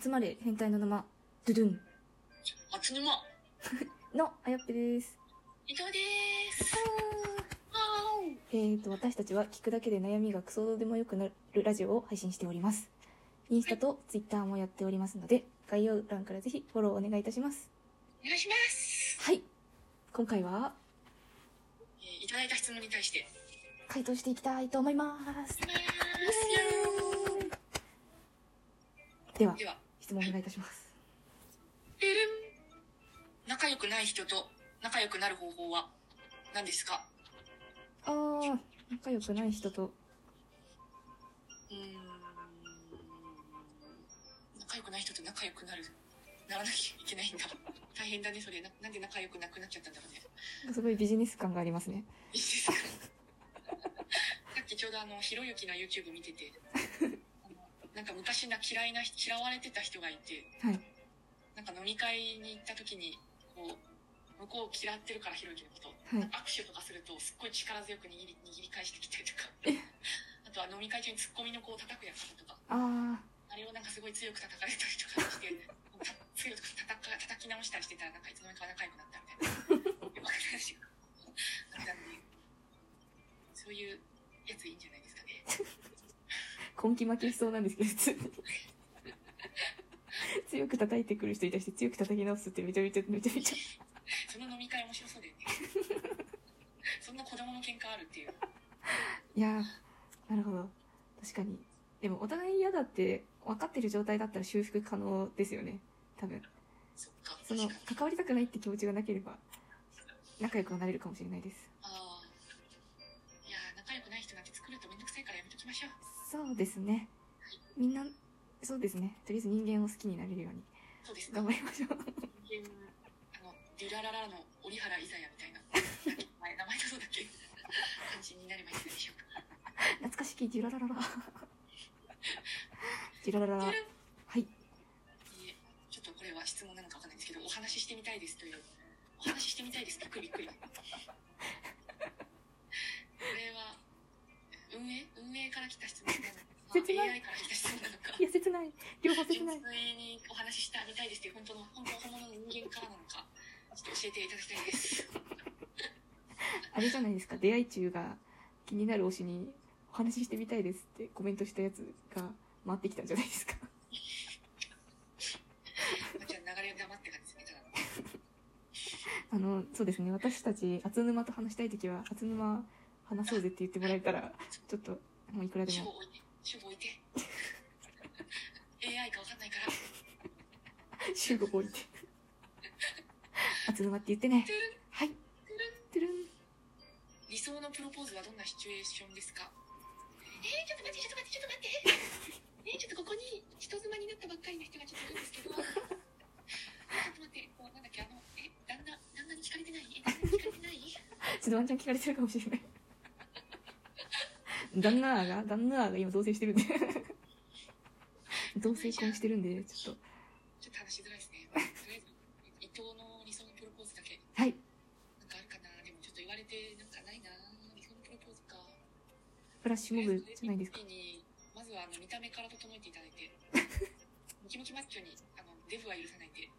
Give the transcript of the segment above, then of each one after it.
集まれ変態の沼ドゥドゥンあつぬまのあやっぺです。 伊藤です。 私たちは聞くだけで悩みがクソどうでもよくなるラジオを配信しております。インスタとツイッターもやっておりますので、概要欄からぜひフォローお願いいたします。 お願いします。 はい、今回は、 いただいた質問に対して回答していきたいと思います。では質問お願いいたします。 仲良くない人と仲良くなる方法は何ですか？ 仲良くない人と仲良くない人と仲良くならなきゃいけないんだ。大変だねそれ。なんで仲良くなくなっちゃったんだろうね。 すごいビジネス感がありますね。 いいですか？さっきちょうどひろゆきの YouTube 見ててなんか昔嫌われてた人がいて、 はい、 なんか飲み会に行った時にこう向こう嫌ってるからひろゆきのこと、 はい、 握手とかするとすっごい力強く握り返してきたりとかあとは飲み会中にツッコミの子を叩くやつとか、あれをなんかすごい強く叩かれたりとかして強く叩き直したりしてたらなんかいつの間にか仲良くなったみたいなよく話があったんで、そういうやついいんじゃないですかね。 根気負けしそうなんですけど強く叩いてくる人に対して強く叩き直すってめちゃめちゃその飲み会面白そうだよねそんな子供の喧嘩あるっていう。 いやなるほど、確かに。でもお互い嫌だって分かってる状態だったら修復可能ですよね、多分。その関わりたくないって気持ちがなければ仲良くはなれるかもしれないです。 いや仲良くない人なんて作るとめんどくさいからやめときましょう。 そうですね、みんなそうですね、とりあえず人間を好きになれるように頑張りましょう。 デュラララの折原イザヤみたいな名前がそうだっけ感じになればいいんでしょうか。 懐かしきデュララララデュララララ。はい、 ちょっとこれは質問なのかわかんないんですけど、お話ししてみたいですというお話ししてみたいですびっくりこれは運営から来た質問なのか切ない。 AI から来た質問なのか、 いや切ない、両方切ない。 純粋にお話ししてみたいですという本物の人間からなのかちょっと教えていただきたいですあれじゃないですか、出会い中が気になる推しにお話ししてみたいですってコメントしたやつが回ってきたんじゃないですかじゃあ流れを黙って感じですね。 そうですね、私たち厚沼と話したいときは厚沼話そうぜって言ってもらえたらちょっともういくらでも主語置いてAI かわかんないから主語置いて厚沼って言ってね。はい、トゥルン。 理想のプロポーズはどんなシチュエーションですか？ちょっと待ってちょっとここに人妻になったばっかりの人がちょっといるんですけどちょっと待ってなんだっけ旦那に聞かれてない？ ちょっとワンチャン聞かれてるかもしれない旦那が今同棲してるんで同棲婚してるんでちょっと話しづらいですね。とりあえず伊藤の理想のプロポーズだけはいなんかあるかな。でもちょっと言われてなんかないな。理想のプロポーズか。 フラッシュモブじゃないですか。 まずは見た目から整えていただいてムキムキマッチョにデブは許さないんで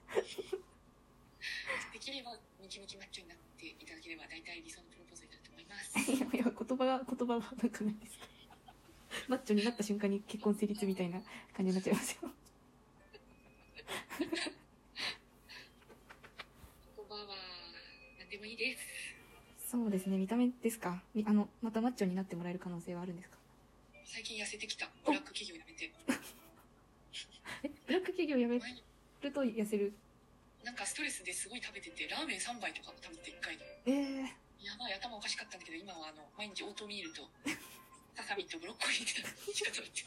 できればムキムキマッチョになっていただければ大体理想のプロポーズになると思います。 いや言葉はなんかないですかマッチョになった瞬間に結婚成立みたいな感じになっちゃいますよ言葉は何でもいいです。 そうですね、見た目ですか。またマッチョになってもらえる可能性はあるんですか？ 最近痩せてきた。ブラック企業辞めてブラック企業辞めると痩せる？ なんかストレスですごい食べててラーメン3杯とか食べて1回でやばい頭おかしかったんだけど今は毎日オートミールとささみとブロッコリーでしか食べて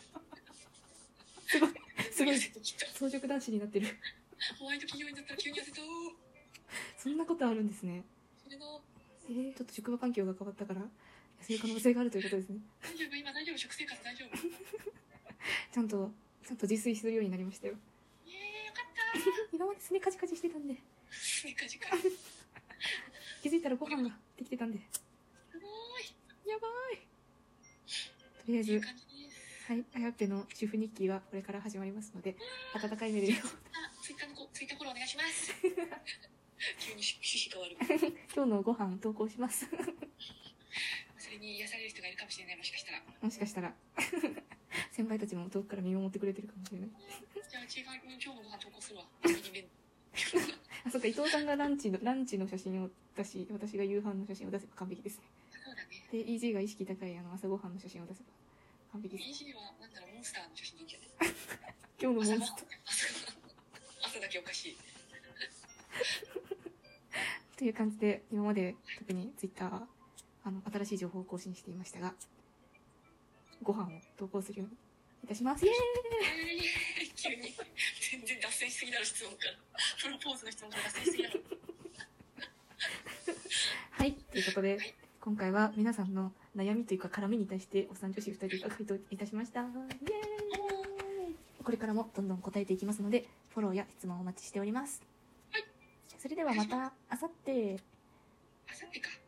すごい早熟男子になってる。 ホワイト企業になったら急に痩せた。 そんなことあるんですね。 それがちょっと職場環境が変わったから痩せる可能性があるということですね。 大丈夫食生活大丈夫ちゃんと自炊するようになりましたよ。 よかった今まですねカチカチしてたんで気づいたらご飯ができてたんで。 すごいやばい。とりあえずははい、あやっぺの主婦日記がこれから始まりますので、温かい目でツイッターフォローお願いします。急に趣旨変わる。 今日のご飯投稿します。 それに癒される人がいるかもしれない、もしかしたら。 もしかしたら。先輩たちも遠くから見守ってくれてるかもしれない。 じゃあ、今日のご飯投稿するわ。 あ、そっか、伊藤さんがランチの写真を出し、私が夕飯の写真を出せば完璧ですね。 そうだね。 で、EG が意識高い朝ごはんの写真を出せば完璧です。 EG は、なんだろう、モンスターの写真でいいんじゃない？ 今日のモンスター。 朝だけおかしい。 という感じで、今まで特に Twitter は、新しい情報を更新していましたが、ご飯を投稿するようにいたします。イエーイ急に全然脱線しすぎだろ、質問からプロポーズの質問から脱線しすぎだろ。はい、 ということで、はい、今回は皆さんの悩みというか絡みに対しておっさん女子2人で回答いたしました。イエーイ。これからもどんどん答えていきますので、フォローや質問をお待ちしております。はい、それではまたあさってか。